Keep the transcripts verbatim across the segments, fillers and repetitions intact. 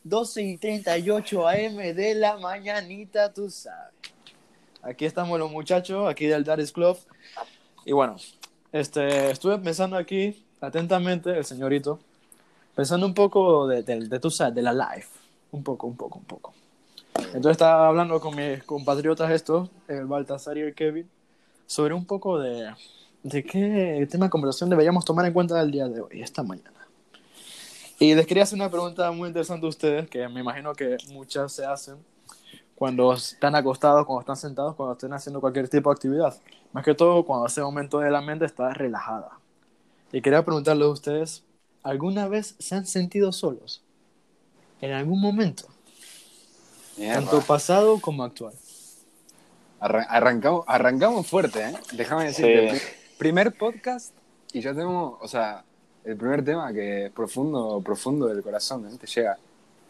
doce y treinta y ocho a eme de la mañanita, tú sabes. Aquí estamos los muchachos, aquí del Daddy's Club. Y bueno, este, estuve pensando aquí, atentamente, el señorito, pensando un poco de, de, de, tú sabes, de la life. Un poco, un poco, un poco. Entonces estaba hablando con mis compatriotas estos, el Baltasar y el Kevin, sobre un poco de, de qué tema de conversación deberíamos tomar en cuenta el día de hoy, esta mañana. Y les quería hacer una pregunta muy interesante a ustedes, que me imagino que muchas se hacen cuando están acostados, cuando están sentados, cuando estén haciendo cualquier tipo de actividad. Más que todo, cuando ese momento de la mente está relajada. Y quería preguntarles a ustedes, ¿alguna vez se han sentido solos? ¿En algún momento? Mierda. Tanto pasado como actual. Arran- arrancamos, arrancamos fuerte, ¿eh? Déjame decirte, Sí. primer podcast y ya tenemos, o sea, el primer tema que es profundo, profundo del corazón, ¿eh? Te llega.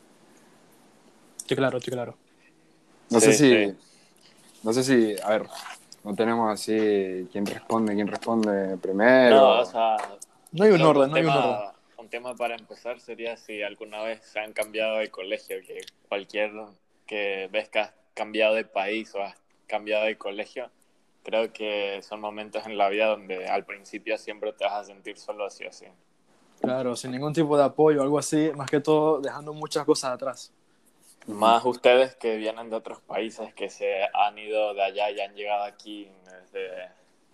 Estoy claro, estoy claro. No Sí, sé si, sí. no sé si, a ver, no tenemos así quién responde, quién responde No, primero. o sea, No hay un creo que orden, un no hay un orden. tema, un tema para empezar sería si alguna vez se han cambiado de colegio, que cualquier que ves que has cambiado de país o has cambiado de colegio, creo que son momentos en la vida donde al principio siempre te vas a sentir solo así o así. Claro, sin ningún tipo de apoyo, algo así, más que todo dejando muchas cosas atrás. Más ustedes que vienen de otros países, que se han ido de allá y han llegado aquí desde,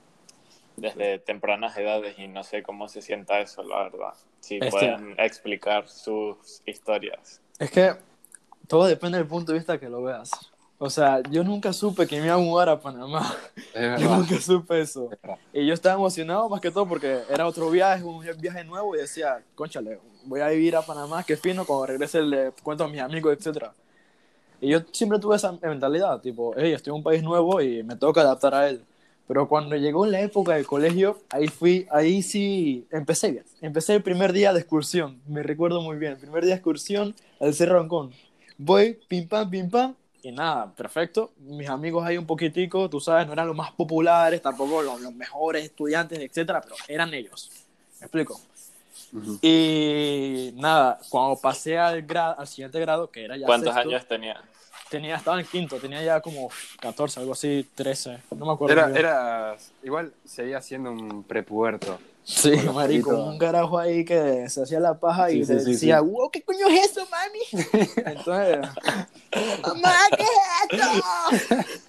desde tempranas edades y no sé cómo se sienta eso, la verdad. Si Este, pueden explicar sus historias. es que todo depende del punto de vista que lo veas. O sea, yo nunca supe que me iba a mudar a Panamá. Es Yo verdad, nunca supe eso. es verdad. Y yo estaba emocionado más que todo porque era otro viaje, un viaje nuevo y decía, cónchale, voy a vivir a Panamá, qué fino, cuando regrese le cuento a mis amigos, etcétera. Y yo siempre tuve esa mentalidad, tipo, hey, estoy en un país nuevo y me tengo que adaptar a él. Pero cuando llegó la época del colegio, ahí fui, ahí sí, empecé bien. Empecé el primer día de excursión, me recuerdo muy bien. Primer día de excursión al Cerro Ancón. Voy, pim pam, pim pam, y nada, perfecto. Mis amigos ahí un poquitico, tú sabes, no eran los más populares, tampoco los, los mejores estudiantes, etcétera, pero eran ellos. ¿Me explico? Uh-huh. Y nada, cuando pasé al, grado, al siguiente grado, que era ya ¿Cuántos sexto, años tenía? tenía, estaba en quinto, tenía ya como catorce, algo así, trece, no me acuerdo Era, muy bien. era, igual seguía siendo un prepuberto. Sí, Con los marico, pelitos. un carajo ahí que se hacía la paja Sí, y sí, le sí, decía, sí. wow, ¿qué coño es eso, mami? Entonces, mamá, ¿qué es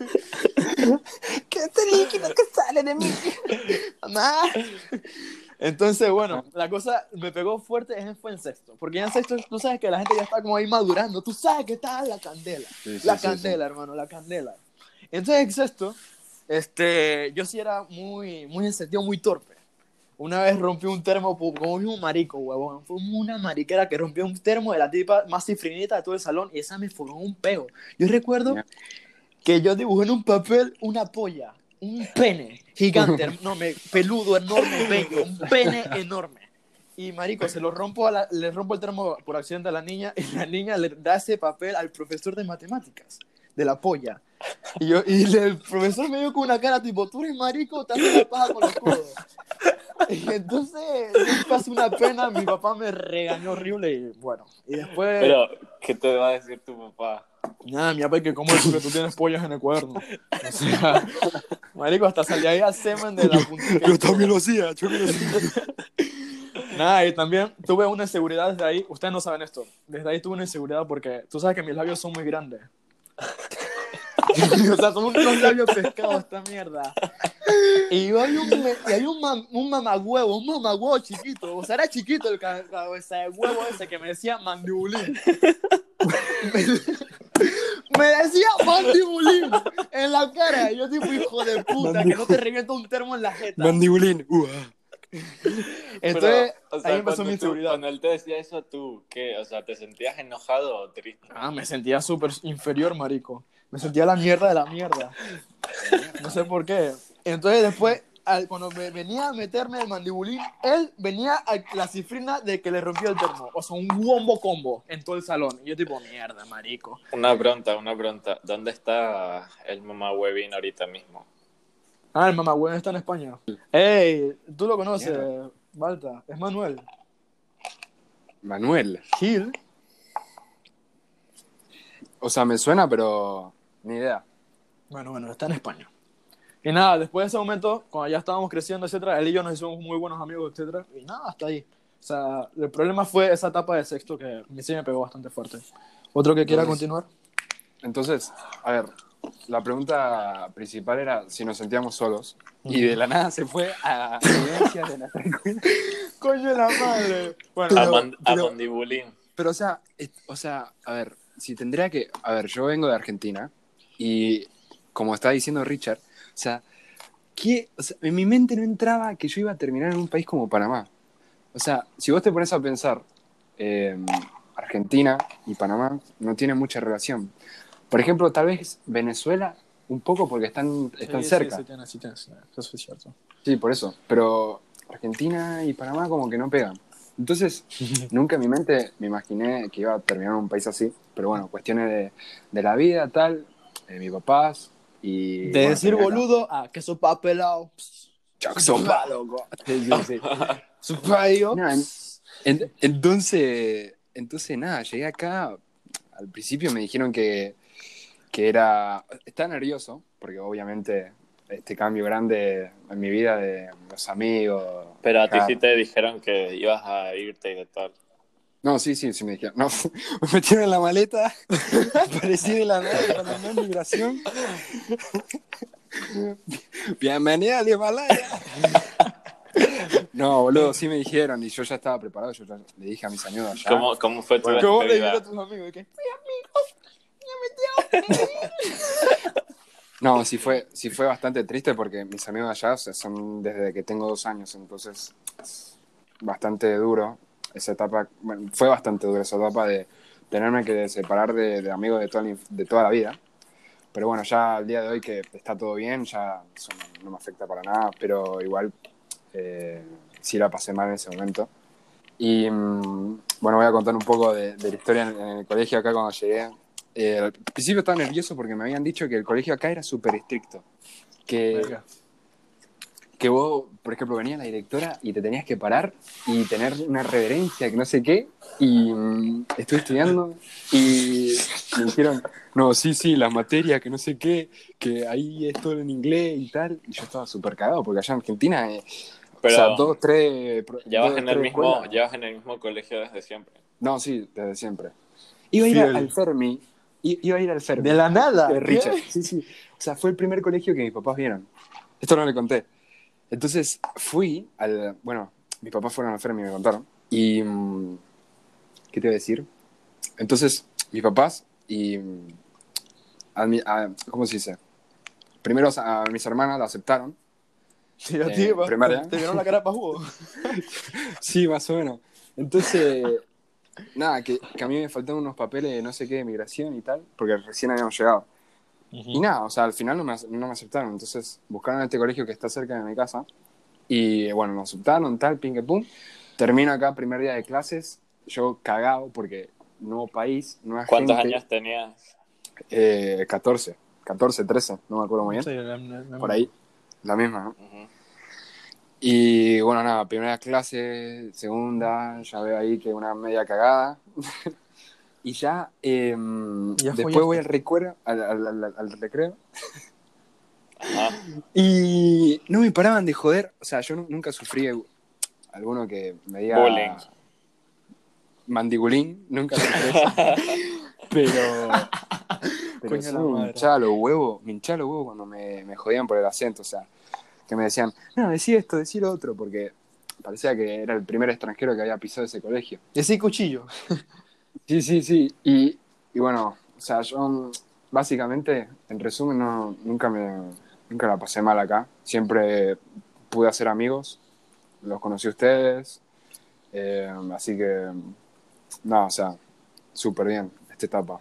esto? ¿Qué es este líquido que sale de mí? Mamá. Entonces, bueno, la cosa me pegó fuerte fue en sexto, porque ya en sexto tú sabes que la gente ya está como ahí madurando, tú sabes que está la candela, Sí, sí, la sí, candela, sí. hermano, la candela. Entonces en sexto, este, yo sí era muy, muy en sentido muy torpe. Una vez rompí un termo como un marico, huevón. Fue una mariquera que rompió un termo de la tipa más cifrinita de todo el salón y esa me formó un peo. Yo recuerdo Mierda. que yo dibujé en un papel una polla, un pene gigante, enorme, peludo, enorme, bello, un pene enorme. Y marico, se lo rompo a la, le rompo el termo por accidente a la niña y la niña le da ese papel al profesor de matemáticas, de la polla. Y, yo, y le, el profesor me dio con una cara tipo, tú eres marico, te haces la paja con los codos. Y entonces yo pasé una pena, mi papá me regañó horrible y bueno, y después, Pero, ¿qué te va a decir tu papá? nada, mi papá, que cómo es eso que tú tienes pollas en el cuaderno. O sea, marico, hasta salía ahí al semen de la puntica. Yo también lo hacía, yo también lo hacía. Nada, y también tuve una inseguridad desde ahí, ustedes no saben esto, desde ahí tuve una inseguridad porque tú sabes que mis labios son muy grandes. O sea, son unos labios pescados esta mierda. Y yo hay un, y hay un, mam, un mamagüevo, un mamagüevo chiquito, o sea, era chiquito el cabeza de huevo ese que me decía mandibulín. Me, me decía mandibulín en la cara. Y yo tipo, hijo de puta, Mandibul- que no te revienta un termo en la jeta. Mandibulín. Uh, Entonces, Pero, o sea, ahí empezó cuando, mi tú, inseguridad. cuando él te decía eso, ¿tú qué? O sea, ¿te sentías enojado o triste? Ah, me sentía súper inferior, marico. Me sentía la mierda de la mierda. No sé por qué. Entonces después, al, cuando me venía a meterme el mandibulín, él venía a la cifrina de que le rompió el termo. O sea, un wombo combo en todo el salón. Y yo tipo, mierda, marico. Una pregunta, una pregunta. ¿Dónde está el mamá huevín ahorita mismo? Ah, el mamagüey está en España. Ey, tú lo conoces, Mierda. Balta. Es Manuel. Manuel. Gil. O sea, me suena, pero ni idea. Bueno, bueno, está en España. Y nada, después de ese momento, cuando ya estábamos creciendo, etcétera, él y yo nos hicimos muy buenos amigos, etcétera. Y nada, hasta ahí. O sea, el problema fue esa etapa de sexto que a mí sí me pegó bastante fuerte. ¿Otro que quiera Entonces- continuar? Entonces, a ver, la pregunta principal era si nos sentíamos solos. Y de la nada se fue a vivencias de nuestra escuela. ¡Coño de la madre! Bueno, a, Pero- man- a pero- mandibulín. Pero, o sea, es- o sea, a ver, si tendría que... A ver, yo vengo de Argentina y, como está diciendo Richard, o sea, ¿qué? O sea, en mi mente no entraba que yo iba a terminar en un país como Panamá. O sea, si vos te pones a pensar, eh, Argentina y Panamá no tienen mucha relación. Por ejemplo, tal vez Venezuela, un poco porque están, están sí, cerca. Sí, sí, tiene, sí, tiene, sí, eso es cierto. Sí, por eso. Pero Argentina y Panamá como que no pegan. Entonces, nunca en mi mente me imaginé que iba a terminar en un país así. Pero bueno, cuestiones de, de la vida, tal, de mis papás y... De bueno, decir terminé acá. boludo a que sopa pelado. Chao, sopa, loco. Sí, sí, sí. Sopa yo. No, en- en- entonces, entonces, nada, llegué acá. Al principio me dijeron que, que era... Estaba nervioso, porque obviamente este cambio grande en mi vida de los amigos... Pero a ti acá- sí te dijeron que ibas a irte y de tal. No, sí, sí, sí me dijeron. No, me metieron en la maleta, aparecí de la nada cuando no en migración. Bienvenida al Himalaya. No, boludo, sí me dijeron y yo ya estaba preparado. Yo ya le dije a mis amigos allá. ¿Cómo, cómo fue tu ¿Cómo le despedida? dijeron a tus amigos? ¿Qué? No, sí fue, sí fue bastante triste porque mis amigos allá, o sea, son desde que tengo dos años, entonces es bastante duro esa etapa. Bueno, fue bastante dura esa etapa de tenerme que separar de, de amigos de toda, la inf- de toda la vida. Pero bueno, ya al día de hoy que está todo bien, ya eso no, no me afecta para nada, pero igual eh, sí la pasé mal en ese momento. Y mm, bueno, voy a contar un poco de, de la historia en, en el colegio acá cuando llegué. Eh, al principio estaba nervioso porque me habían dicho que el colegio acá era súper estricto. Que, Verga. que vos, por ejemplo, venía la directora y te tenías que parar y tener una reverencia, que no sé qué. Y mm, estuve estudiando y me dijeron, no, sí, sí, las materias, que no sé qué, que ahí es todo en inglés y tal. Y yo estaba súper cagado porque allá en Argentina, eh, Pero o sea, dos, tres... pro- llevas dos, en el tres mismo, escuelas. llevas en el mismo colegio desde siempre. No, sí, desde siempre. Iba a ir a- Fiel. al Fermi. i- Iba a ir al Fermi. De la nada. De Richard. ¿Qué? Sí, sí. O sea, fue el primer colegio que mis papás vieron. Esto no le conté. Entonces fui al... Bueno, mis papás fueron al Fermi y me contaron. Y... mm, ¿qué te iba a decir? Entonces, mis papás y... mm, a mi- a- ¿cómo se dice? Primero a mis hermanas la aceptaron. Sí, a Eh, ti, va, primaria. te vieron la cara para jugo. Sí, más o menos. Entonces, nada, que, que a mí me faltaban unos papeles de no sé qué de migración y tal, porque recién habíamos llegado. Y nada, o sea, al final no me, ace- no me aceptaron. Entonces buscaron este colegio que está cerca de mi casa. Y bueno, nos aceptaron, tal, ping, que pum. Termino acá, primer día de clases. Yo cagado porque nuevo país, nueva ¿Cuántos gente. años tenías? Eh, catorce, catorce, trece, no me acuerdo muy bien. Sí, la- la- la- Por ahí, la misma, ¿no? Ujú. Y bueno, nada, primera clase, segunda, ya veo ahí que una media cagada. Y ya, eh, Ya después follaste. voy al recreo, al, al- al- al recreo. Ajá. Y no me paraban de joder. O sea, yo nu- nunca sufrí alguno que me diga Bullying. mandibulín, nunca sufrí eso. Pero, pero Coño sí la me madre. hinchaba los huevos, me hinchaba los huevos cuando me, me jodían por el acento. O sea, que me decían, no, decí esto, decí lo otro, porque parecía que era el primer extranjero que había pisado ese colegio. Decí cuchillo. Sí, sí, sí. Y, y bueno, o sea, yo mm, básicamente, en resumen, no, nunca me nunca la pasé mal acá. Siempre pude hacer amigos, los conocí a ustedes. eh, así que, no, o sea, súper bien esta etapa.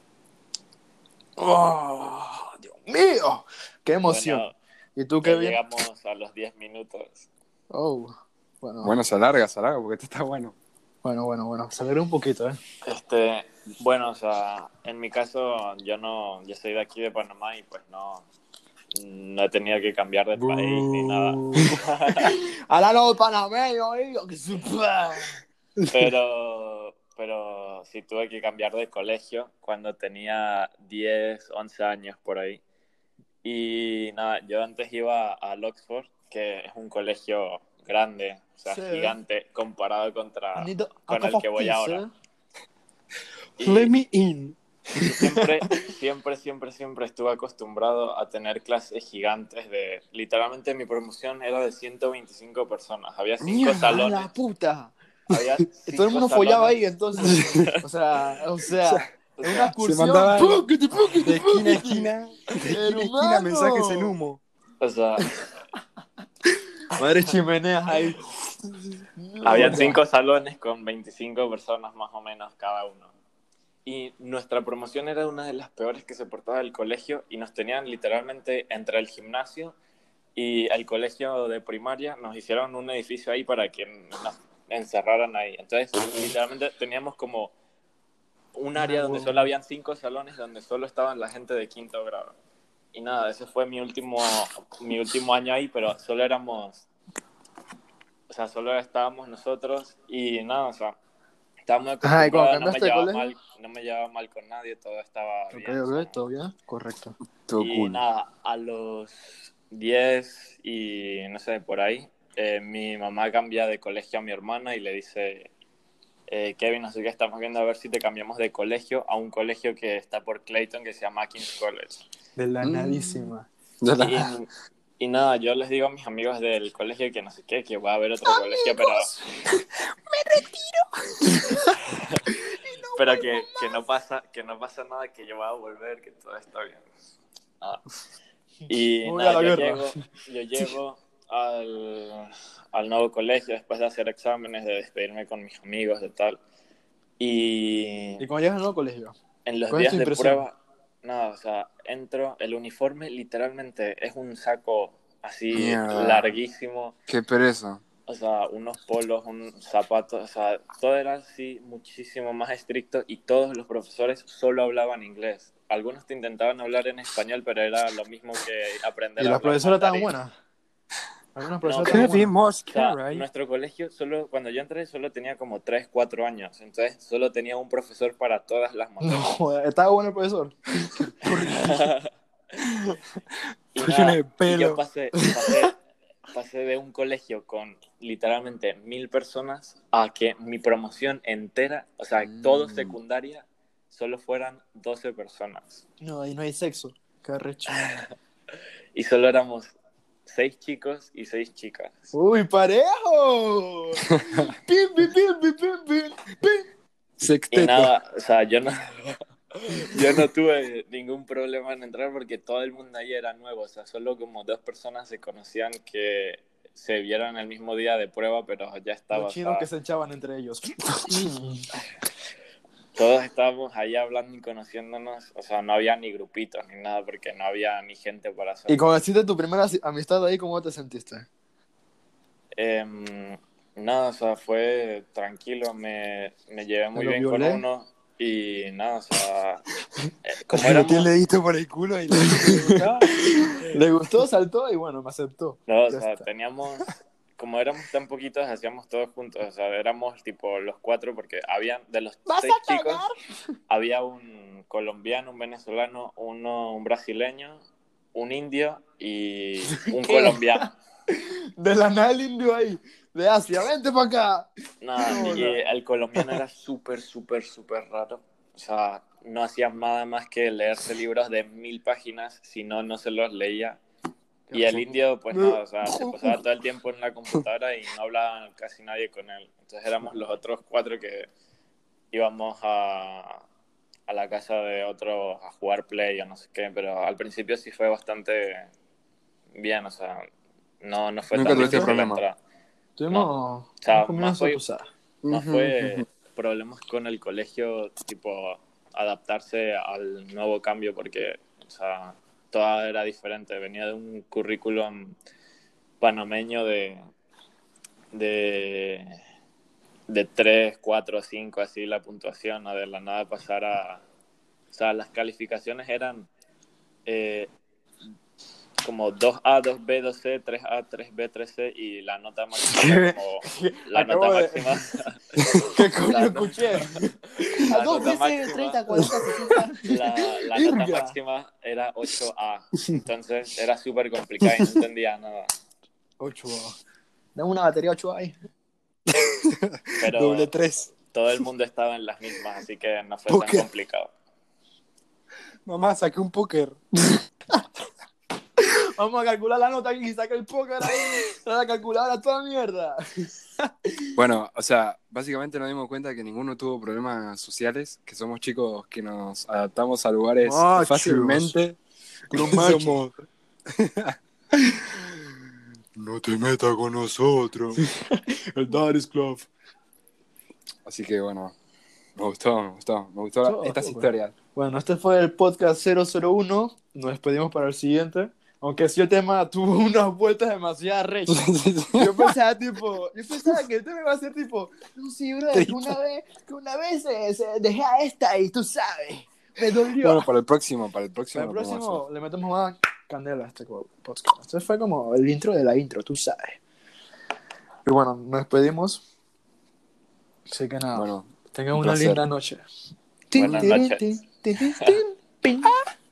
¡Oh, Dios mío! ¡Qué emoción! Bueno, ¿Y tú, ya Kevin? llegamos a los diez minutos. Oh, bueno, Bueno, se alarga, se alarga, porque esto está bueno. bueno, bueno, bueno. Se alegró un poquito, ¿eh? Este, bueno, o sea, en mi caso, yo no, yo soy de aquí de Panamá y pues no, no he tenido que cambiar de país ni nada. ¡Ahora los panameños, hijo! ¡Que supa! Pero, pero sí tuve que cambiar de colegio cuando tenía diez, once años por ahí. Y nada, yo antes iba al Oxford, que es un colegio grande, o sea, Sí. gigante, comparado I contra, need a, a con cup el of que voy tea, ahora. sir. Let Y, me in. y siempre, siempre, siempre, siempre estuve acostumbrado a tener clases gigantes de... Literalmente mi promoción era de ciento veinticinco personas. Había cinco ¡Mierda, a salones. la puta! Había Y todo el cinco mundo follaba salones. ahí, entonces. O sea, o O sea, sea, O en una sea, se excursión. mandaban ¡Puquiti, puquiti, de esquina a puquiti! esquina, de esquina a esquina mensajes en ¡Hermano! humo. o sea, Madre chimeneas ahí. habían Mierda. cinco salones con veinticinco personas más o menos cada uno. Y nuestra promoción era una de las peores que se portaba del colegio y nos tenían literalmente entre el gimnasio y el colegio de primaria. Nos hicieron un edificio ahí para que nos encerraran ahí. Entonces, literalmente teníamos como un área donde solo habían cinco salones donde solo estaban la gente de quinto grado. Y nada, ese fue mi último, mi último año ahí, pero solo éramos, o sea, solo estábamos nosotros y nada, o sea, estaba muy Ajá, ¿y cuando acostumbrado, no me cambiaste de llevaba colegio? mal, no me llevaba mal con nadie, todo estaba Ok, bien. O sea, ok, todo bien. Correcto. Todo y cool. nada, a los diez y no sé, por ahí, eh, mi mamá cambia de colegio a mi hermana y le dice, eh, Kevin, no sé qué, estamos viendo a ver si te cambiamos de colegio a un colegio que está por Clayton que se llama King's College. De la Mm. nadísima. Ya la- Y, y nada, yo les digo a mis amigos del colegio que no sé qué, que va a haber otro colegio, pero... pero que, que, no pasa, que no pasa nada, que yo voy a volver, que todo está bien. Ah. Y Voy a nada, la yo guerra. llego, yo llego al, al nuevo colegio después de hacer exámenes, de despedirme con mis amigos, de tal. Y ¿Y cuando llegas al nuevo colegio? en los ¿Cuál es días tu de impresión? prueba, nada, o sea, entro, el uniforme literalmente es un saco así Mierda. larguísimo, Qué pereza. o sea, unos polos, un zapato, o sea, todo era así muchísimo más estricto y todos los profesores solo hablaban inglés. Algunos te intentaban hablar en español, pero era lo mismo que aprender ¿Y a las hablar profesoras estaban mandarín. buenas? ¿Algunas No, profesoras porque, estaban Kevin buenas? o sea, Mosquera. nuestro colegio, solo cuando yo entré, solo tenía como tres cuatro años. Entonces, solo tenía un profesor para todas las materias. No, estaba bueno el profesor. Y Tú lleno de nada, y yo pelo. pasé, pasé, pasé de un colegio con literalmente mil personas a que mi promoción entera, o sea, todo Mm. secundaria, solo fueran doce personas. No, ahí no hay sexo. Qué arrecho. Y solo éramos seis chicos y seis chicas. ¡Uy, parejo! ¡Pim, pim, pim, pim, pim, pim, pim! Y Sexteto. nada, o sea, yo no, yo no tuve ningún problema en entrar porque todo el mundo ahí era nuevo. O sea, solo como dos personas se conocían que se vieron el mismo día de prueba, pero ya estaba, Los o chinos sea, que se echaban entre ellos. todos estábamos ahí hablando y conociéndonos. O sea, no había ni grupitos ni nada porque no había ni gente para hacer. Y cuando hiciste tu primera amistad ahí, ¿cómo te sentiste? Eh, nada, o sea, fue tranquilo, me, me llevé muy ¿Me lo bien con violé? uno y nada, o sea, eh, como Le metí el éramos, dedito por el culo y le le gustaba. Le gustó, saltó y bueno, me aceptó. no, o Ya sea, está. teníamos, como éramos tan poquitos, hacíamos todos juntos, o sea, éramos tipo los cuatro porque habían, de los ¿Vas seis a chicos, cagar? había un colombiano, un venezolano, uno, un brasileño, un indio y un ¿Qué? colombiano. De la nada el indio ahí. De Asia, vente para acá. Nada, No, y no. el colombiano era súper, súper, súper raro. O sea, no hacía nada más que leerse libros de mil páginas, si no, no se los leía. Y el indio, pues nada, o sea, se pasaba todo el tiempo en la computadora y no hablaba casi nadie con él. Entonces éramos los otros cuatro que íbamos a, a la casa de otros a jugar Play o no sé qué, pero al principio sí fue bastante bien, o sea, no, no fue Nunca tan tuviste difícil la problema. entrada. No, Tuvimos o sea, un más comienzo, tú fue, sabes. más Ujú, fue ujú. problemas con el colegio, tipo adaptarse al nuevo cambio, porque, o sea, todo era diferente. Venía de un currículum panameño de, de, de tres, cuatro, cinco, así la puntuación, ¿no? De la nada pasar a... O sea, las calificaciones eran... Eh, como dos A, dos B, dos C, tres A, tres B, tres C y la nota máxima era como la Acabo nota de- máxima ¿Qué coño La- escuché? la A dos nota veces máxima treinta, cuarenta, sesenta. la, la nota Verga. máxima era ocho A, entonces era súper complicada y no entendía nada, ocho. Dame una batería ocho ahí. pero Doble tres. todo el mundo estaba en las mismas, así que no fue Póker. tan complicado. Mamá, saqué un póker. Vamos a calcular la nota y saca el póker ahí. La calculadora, toda mierda. Bueno, o sea, básicamente nos dimos cuenta que ninguno tuvo problemas sociales, que somos chicos que nos adaptamos a lugares Machos. fácilmente. Los Que machos. somos- No te metas con nosotros. El Daddy's Club. Así que bueno, me gustó, me gustó, me gustó Todo, estas todo, historias. Bueno, este fue el podcast cero cero uno. Nos despedimos para el siguiente. Aunque sí el tema tuvo unas vueltas demasiado rechas. Yo pensaba, tipo, yo pensaba que el tema iba a ser tipo, no, sí, bro, que una vez, que una vez se, se dejé a esta y tú sabes, me dolió. Bueno, para el próximo, para el próximo. Para el lo podemos próximo le metemos más candela a este podcast. Este fue como el intro de la intro, tú sabes. Y bueno, nos despedimos. Así que nada, hacer. Bueno, tengan un una placer. linda noche. Buenas noches. Tin, tin, tin, tin, tin, tin.